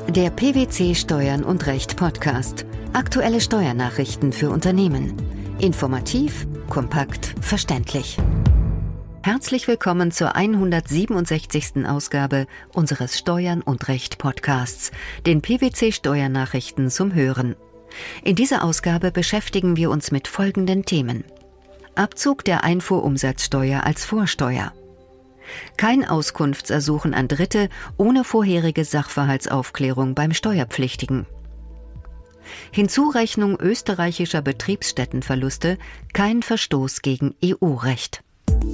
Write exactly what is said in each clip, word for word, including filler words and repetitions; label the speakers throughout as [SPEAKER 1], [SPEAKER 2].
[SPEAKER 1] Der P W C Steuern und Recht Podcast. Aktuelle Steuernachrichten für Unternehmen. Informativ, kompakt, verständlich. Herzlich willkommen zur hundertsiebenundsechzigsten Ausgabe unseres Steuern und Recht Podcasts, den P W C Steuernachrichten zum Hören. In dieser Ausgabe beschäftigen wir uns mit folgenden Themen: Abzug der Einfuhrumsatzsteuer als Vorsteuer. Kein Auskunftsersuchen an Dritte ohne vorherige Sachverhaltsaufklärung beim Steuerpflichtigen. Hinzurechnung österreichischer Betriebsstättenverluste, kein Verstoß gegen E U-Recht.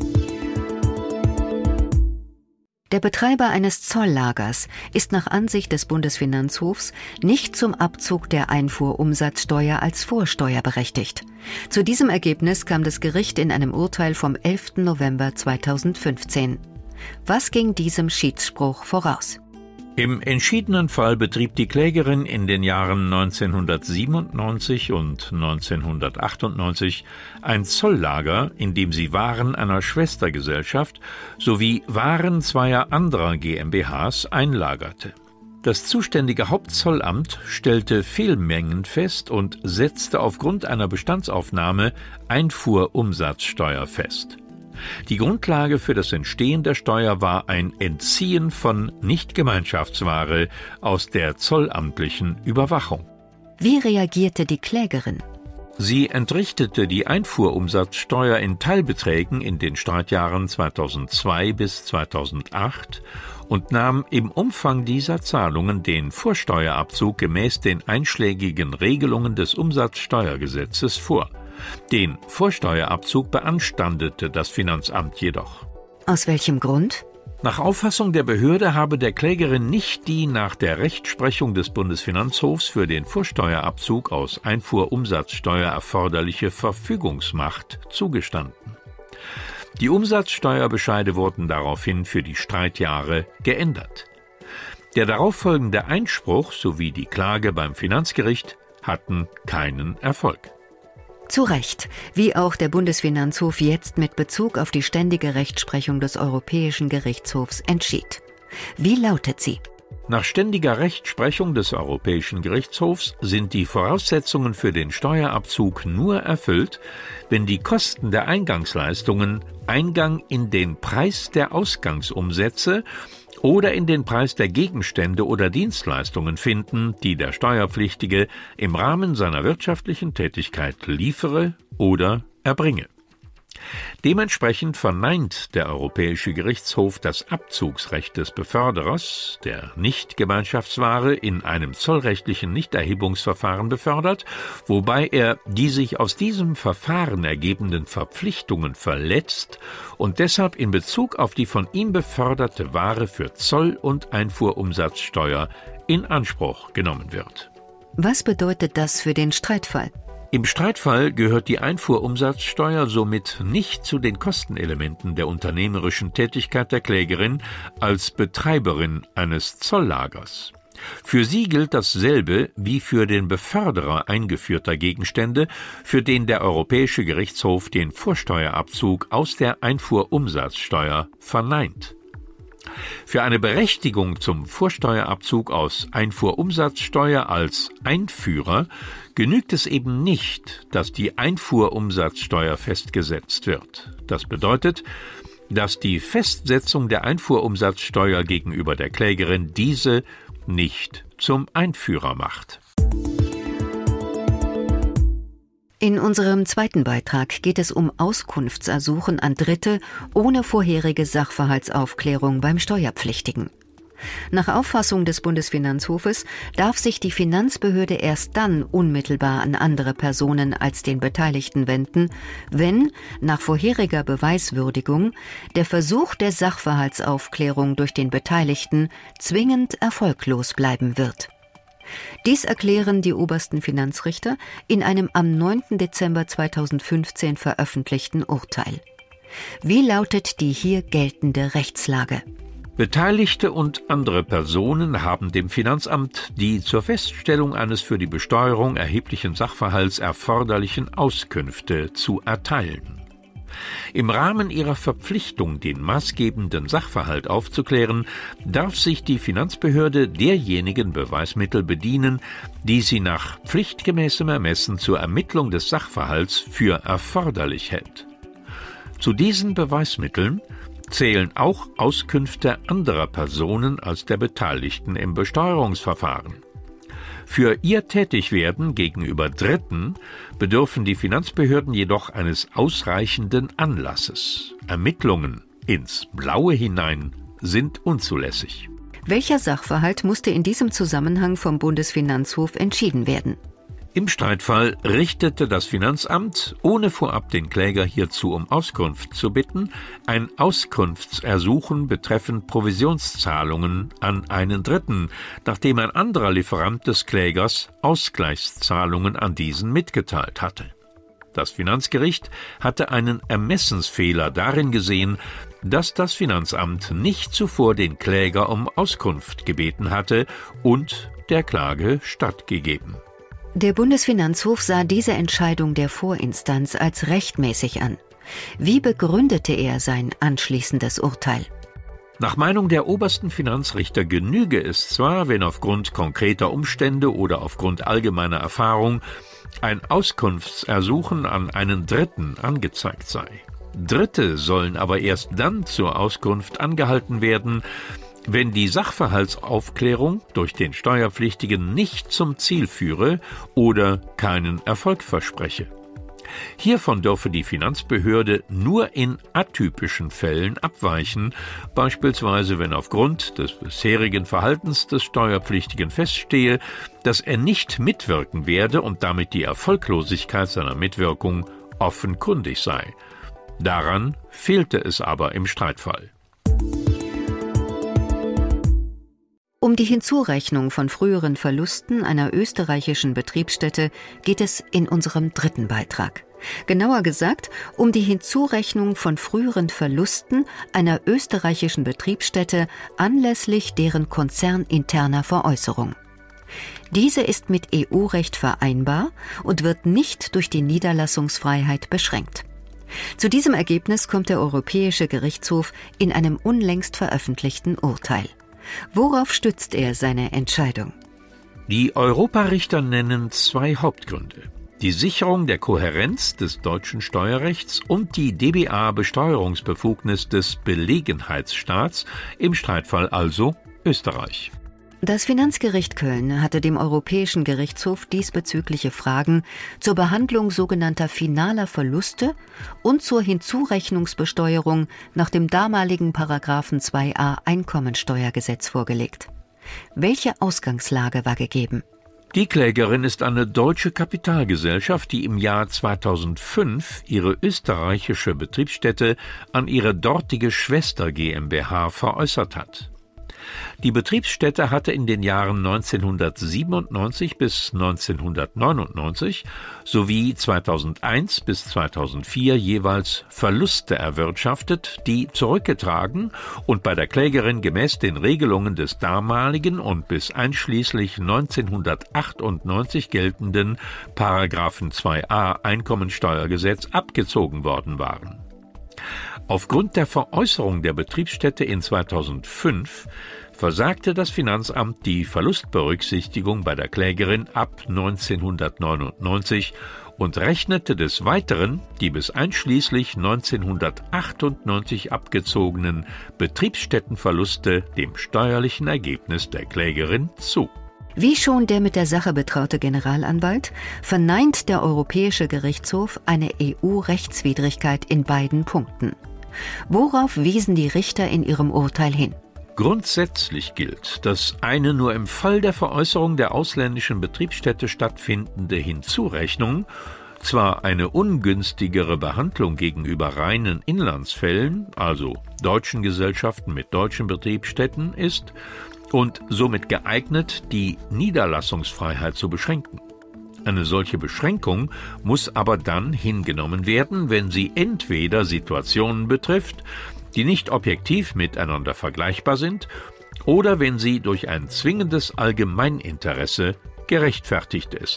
[SPEAKER 1] Der Betreiber eines Zolllagers ist nach Ansicht des Bundesfinanzhofs nicht zum Abzug der Einfuhrumsatzsteuer als Vorsteuer berechtigt. Zu diesem Ergebnis kam das Gericht in einem Urteil vom elften November zweitausendfünfzehn. Was ging diesem Schiedsspruch voraus?
[SPEAKER 2] Im entschiedenen Fall betrieb die Klägerin in den Jahren neunzehnhundertsiebenundneunzig und neunzehnhundertachtundneunzig ein Zolllager, in dem sie Waren einer Schwestergesellschaft sowie Waren zweier anderer GmbHs einlagerte. Das zuständige Hauptzollamt stellte Fehlmengen fest und setzte aufgrund einer Bestandsaufnahme Einfuhrumsatzsteuer fest. Die Grundlage für das Entstehen der Steuer war ein Entziehen von Nichtgemeinschaftsware aus der zollamtlichen Überwachung.
[SPEAKER 1] Wie reagierte die Klägerin?
[SPEAKER 2] Sie entrichtete die Einfuhrumsatzsteuer in Teilbeträgen in den Streitjahren zweitausendzwei bis zweitausendacht und nahm im Umfang dieser Zahlungen den Vorsteuerabzug gemäß den einschlägigen Regelungen des Umsatzsteuergesetzes vor. Den Vorsteuerabzug beanstandete das Finanzamt jedoch.
[SPEAKER 1] Aus welchem Grund?
[SPEAKER 2] Nach Auffassung der Behörde habe der Klägerin nicht die nach der Rechtsprechung des Bundesfinanzhofs für den Vorsteuerabzug aus Einfuhrumsatzsteuer erforderliche Verfügungsmacht zugestanden. Die Umsatzsteuerbescheide wurden daraufhin für die Streitjahre geändert. Der darauffolgende Einspruch sowie die Klage beim Finanzgericht hatten keinen Erfolg.
[SPEAKER 1] Zu Recht, wie auch der Bundesfinanzhof jetzt mit Bezug auf die ständige Rechtsprechung des Europäischen Gerichtshofs entschied. Wie lautet sie?
[SPEAKER 2] Nach ständiger Rechtsprechung des Europäischen Gerichtshofs sind die Voraussetzungen für den Steuerabzug nur erfüllt, wenn die Kosten der Eingangsleistungen Eingang in den Preis der Ausgangsumsätze oder in den Preis der Gegenstände oder Dienstleistungen finden, die der Steuerpflichtige im Rahmen seiner wirtschaftlichen Tätigkeit liefere oder erbringe. Dementsprechend verneint der Europäische Gerichtshof das Abzugsrecht des Beförderers, der Nichtgemeinschaftsware in einem zollrechtlichen Nichterhebungsverfahren befördert, wobei er die sich aus diesem Verfahren ergebenden Verpflichtungen verletzt und deshalb in Bezug auf die von ihm beförderte Ware für Zoll- und Einfuhrumsatzsteuer in Anspruch genommen wird.
[SPEAKER 1] Was bedeutet das für den Streitfall?
[SPEAKER 2] Im Streitfall gehört die Einfuhrumsatzsteuer somit nicht zu den Kostenelementen der unternehmerischen Tätigkeit der Klägerin als Betreiberin eines Zolllagers. Für sie gilt dasselbe wie für den Beförderer eingeführter Gegenstände, für den der Europäische Gerichtshof den Vorsteuerabzug aus der Einfuhrumsatzsteuer verneint. Für eine Berechtigung zum Vorsteuerabzug aus Einfuhrumsatzsteuer als Einführer genügt es eben nicht, dass die Einfuhrumsatzsteuer festgesetzt wird. Das bedeutet, dass die Festsetzung der Einfuhrumsatzsteuer gegenüber der Klägerin diese nicht zum Einführer macht.
[SPEAKER 1] In unserem zweiten Beitrag geht es um Auskunftsersuchen an Dritte ohne vorherige Sachverhaltsaufklärung beim Steuerpflichtigen. Nach Auffassung des Bundesfinanzhofes darf sich die Finanzbehörde erst dann unmittelbar an andere Personen als den Beteiligten wenden, wenn, nach vorheriger Beweiswürdigung, der Versuch der Sachverhaltsaufklärung durch den Beteiligten zwingend erfolglos bleiben wird. Dies erklären die obersten Finanzrichter in einem am neunten Dezember zweitausendfünfzehn veröffentlichten Urteil. Wie lautet die hier geltende Rechtslage?
[SPEAKER 2] Beteiligte und andere Personen haben dem Finanzamt die zur Feststellung eines für die Besteuerung erheblichen Sachverhalts erforderlichen Auskünfte zu erteilen. Im Rahmen ihrer Verpflichtung, den maßgebenden Sachverhalt aufzuklären, darf sich die Finanzbehörde derjenigen Beweismittel bedienen, die sie nach pflichtgemäßem Ermessen zur Ermittlung des Sachverhalts für erforderlich hält. Zu diesen Beweismitteln zählen auch Auskünfte anderer Personen als der Beteiligten im Besteuerungsverfahren. Für ihr Tätigwerden gegenüber Dritten bedürfen die Finanzbehörden jedoch eines ausreichenden Anlasses. Ermittlungen ins Blaue hinein sind unzulässig.
[SPEAKER 1] Welcher Sachverhalt musste in diesem Zusammenhang vom Bundesfinanzhof entschieden werden?
[SPEAKER 2] Im Streitfall richtete das Finanzamt, ohne vorab den Kläger hierzu um Auskunft zu bitten, ein Auskunftsersuchen betreffend Provisionszahlungen an einen Dritten, nachdem ein anderer Lieferant des Klägers Ausgleichszahlungen an diesen mitgeteilt hatte. Das Finanzgericht hatte einen Ermessensfehler darin gesehen, dass das Finanzamt nicht zuvor den Kläger um Auskunft gebeten hatte und der Klage stattgegeben.
[SPEAKER 1] Der Bundesfinanzhof sah diese Entscheidung der Vorinstanz als rechtmäßig an. Wie begründete er sein anschließendes Urteil?
[SPEAKER 2] Nach Meinung der obersten Finanzrichter genüge es zwar, wenn aufgrund konkreter Umstände oder aufgrund allgemeiner Erfahrung ein Auskunftsersuchen an einen Dritten angezeigt sei. Dritte sollen aber erst dann zur Auskunft angehalten werden, wenn die Sachverhaltsaufklärung durch den Steuerpflichtigen nicht zum Ziel führe oder keinen Erfolg verspreche. Hiervon dürfe die Finanzbehörde nur in atypischen Fällen abweichen, beispielsweise wenn aufgrund des bisherigen Verhaltens des Steuerpflichtigen feststehe, dass er nicht mitwirken werde und damit die Erfolglosigkeit seiner Mitwirkung offenkundig sei. Daran fehlte es aber im Streitfall.
[SPEAKER 1] Um die Hinzurechnung von früheren Verlusten einer österreichischen Betriebsstätte geht es in unserem dritten Beitrag. Genauer gesagt, um die Hinzurechnung von früheren Verlusten einer österreichischen Betriebsstätte anlässlich deren konzerninterner Veräußerung. Diese ist mit E U-Recht vereinbar und wird nicht durch die Niederlassungsfreiheit beschränkt. Zu diesem Ergebnis kommt der Europäische Gerichtshof in einem unlängst veröffentlichten Urteil. Worauf stützt er seine Entscheidung?
[SPEAKER 2] Die Europarichter nennen zwei Hauptgründe: die Sicherung der Kohärenz des deutschen Steuerrechts und die D B A-Besteuerungsbefugnis des Belegenheitsstaats, im Streitfall also Österreich.
[SPEAKER 1] Das Finanzgericht Köln hatte dem Europäischen Gerichtshof diesbezügliche Fragen zur Behandlung sogenannter finaler Verluste und zur Hinzurechnungsbesteuerung nach dem damaligen Paragraphen zwei a Einkommensteuergesetz vorgelegt. Welche Ausgangslage war gegeben?
[SPEAKER 2] Die Klägerin ist eine deutsche Kapitalgesellschaft, die im Jahr zweitausendfünf ihre österreichische Betriebsstätte an ihre dortige Schwester GmbH veräußert hat. Die Betriebsstätte hatte in den Jahren neunzehnhundertsiebenundneunzig bis neunzehnhundertneunundneunzig sowie zweitausendeins bis zweitausendvier jeweils Verluste erwirtschaftet, die zurückgetragen und bei der Klägerin gemäß den Regelungen des damaligen und bis einschließlich neunzehnhundertachtundneunzig geltenden Paragraphen zwei a Einkommensteuergesetz abgezogen worden waren. Aufgrund der Veräußerung der Betriebsstätte in zweitausendfünf versagte das Finanzamt die Verlustberücksichtigung bei der Klägerin ab neunzehnhundertneunundneunzig und rechnete des Weiteren die bis einschließlich neunzehnhundertachtundneunzig abgezogenen Betriebsstättenverluste dem steuerlichen Ergebnis der Klägerin zu.
[SPEAKER 1] Wie schon der mit der Sache betraute Generalanwalt, verneint der Europäische Gerichtshof eine E U-Rechtswidrigkeit in beiden Punkten. Worauf wiesen die Richter in ihrem Urteil hin?
[SPEAKER 2] Grundsätzlich gilt, dass eine nur im Fall der Veräußerung der ausländischen Betriebsstätte stattfindende Hinzurechnung zwar eine ungünstigere Behandlung gegenüber reinen Inlandsfällen, also deutschen Gesellschaften mit deutschen Betriebsstätten, ist und somit geeignet, die Niederlassungsfreiheit zu beschränken. Eine solche Beschränkung muss aber dann hingenommen werden, wenn sie entweder Situationen betrifft, die nicht objektiv miteinander vergleichbar sind, oder wenn sie durch ein zwingendes Allgemeininteresse gerechtfertigt ist.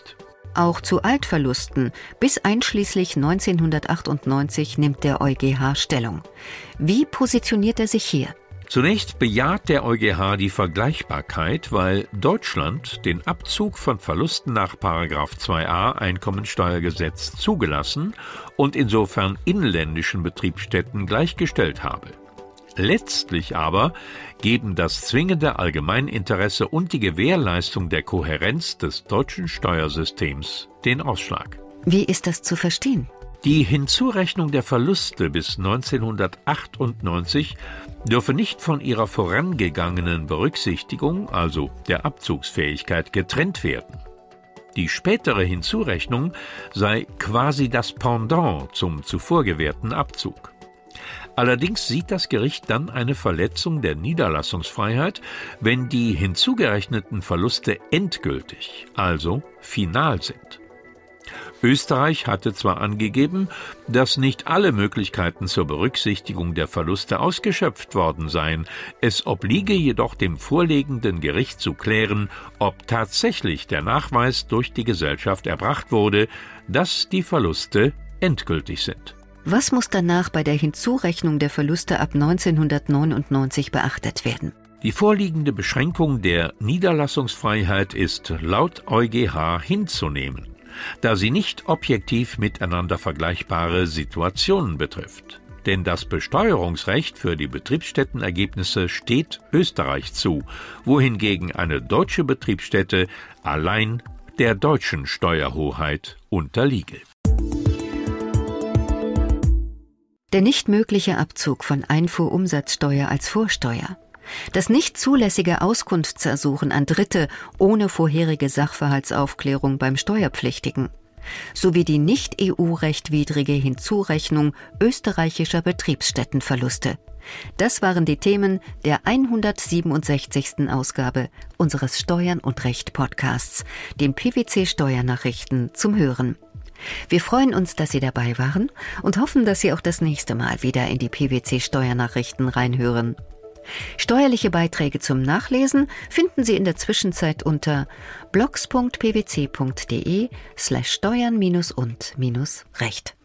[SPEAKER 1] Auch zu Altverlusten bis einschließlich neunzehnhundertachtundneunzig nimmt der EuGH Stellung. Wie positioniert er sich hier?
[SPEAKER 2] Zunächst bejaht der EuGH die Vergleichbarkeit, weil Deutschland den Abzug von Verlusten nach Paragraph zwei a Einkommensteuergesetz zugelassen und insofern inländischen Betriebsstätten gleichgestellt habe. Letztlich aber geben das zwingende Allgemeininteresse und die Gewährleistung der Kohärenz des deutschen Steuersystems den Ausschlag.
[SPEAKER 1] Wie ist das zu verstehen?
[SPEAKER 2] Die Hinzurechnung der Verluste bis neunzehnhundertachtundneunzig dürfe nicht von ihrer vorangegangenen Berücksichtigung, also der Abzugsfähigkeit, getrennt werden. Die spätere Hinzurechnung sei quasi das Pendant zum zuvor gewährten Abzug. Allerdings sieht das Gericht dann eine Verletzung der Niederlassungsfreiheit, wenn die hinzugerechneten Verluste endgültig, also final sind. Österreich hatte zwar angegeben, dass nicht alle Möglichkeiten zur Berücksichtigung der Verluste ausgeschöpft worden seien, es obliege jedoch dem vorliegenden Gericht zu klären, ob tatsächlich der Nachweis durch die Gesellschaft erbracht wurde, dass die Verluste endgültig sind.
[SPEAKER 1] Was muss danach bei der Hinzurechnung der Verluste ab neunzehnhundertneunundneunzig beachtet werden?
[SPEAKER 2] Die vorliegende Beschränkung der Niederlassungsfreiheit ist laut EuGH hinzunehmen, da sie nicht objektiv miteinander vergleichbare Situationen betrifft. Denn das Besteuerungsrecht für die Betriebsstättenergebnisse steht Österreich zu, wohingegen eine deutsche Betriebsstätte allein der deutschen Steuerhoheit unterliege.
[SPEAKER 1] Der nicht mögliche Abzug von Einfuhrumsatzsteuer als Vorsteuer, das nicht zulässige Auskunftsersuchen an Dritte ohne vorherige Sachverhaltsaufklärung beim Steuerpflichtigen sowie die nicht E U-rechtwidrige Hinzurechnung österreichischer Betriebsstättenverluste. Das waren die Themen der hundertsiebenundsechzigsten Ausgabe unseres Steuern und Recht Podcasts, den P W C Steuernachrichten zum Hören. Wir freuen uns, dass Sie dabei waren und hoffen, dass Sie auch das nächste Mal wieder in die P W C Steuernachrichten reinhören. Steuerliche Beiträge zum Nachlesen finden Sie in der Zwischenzeit unter blogs punkt p w c punkt d e slash steuern und recht.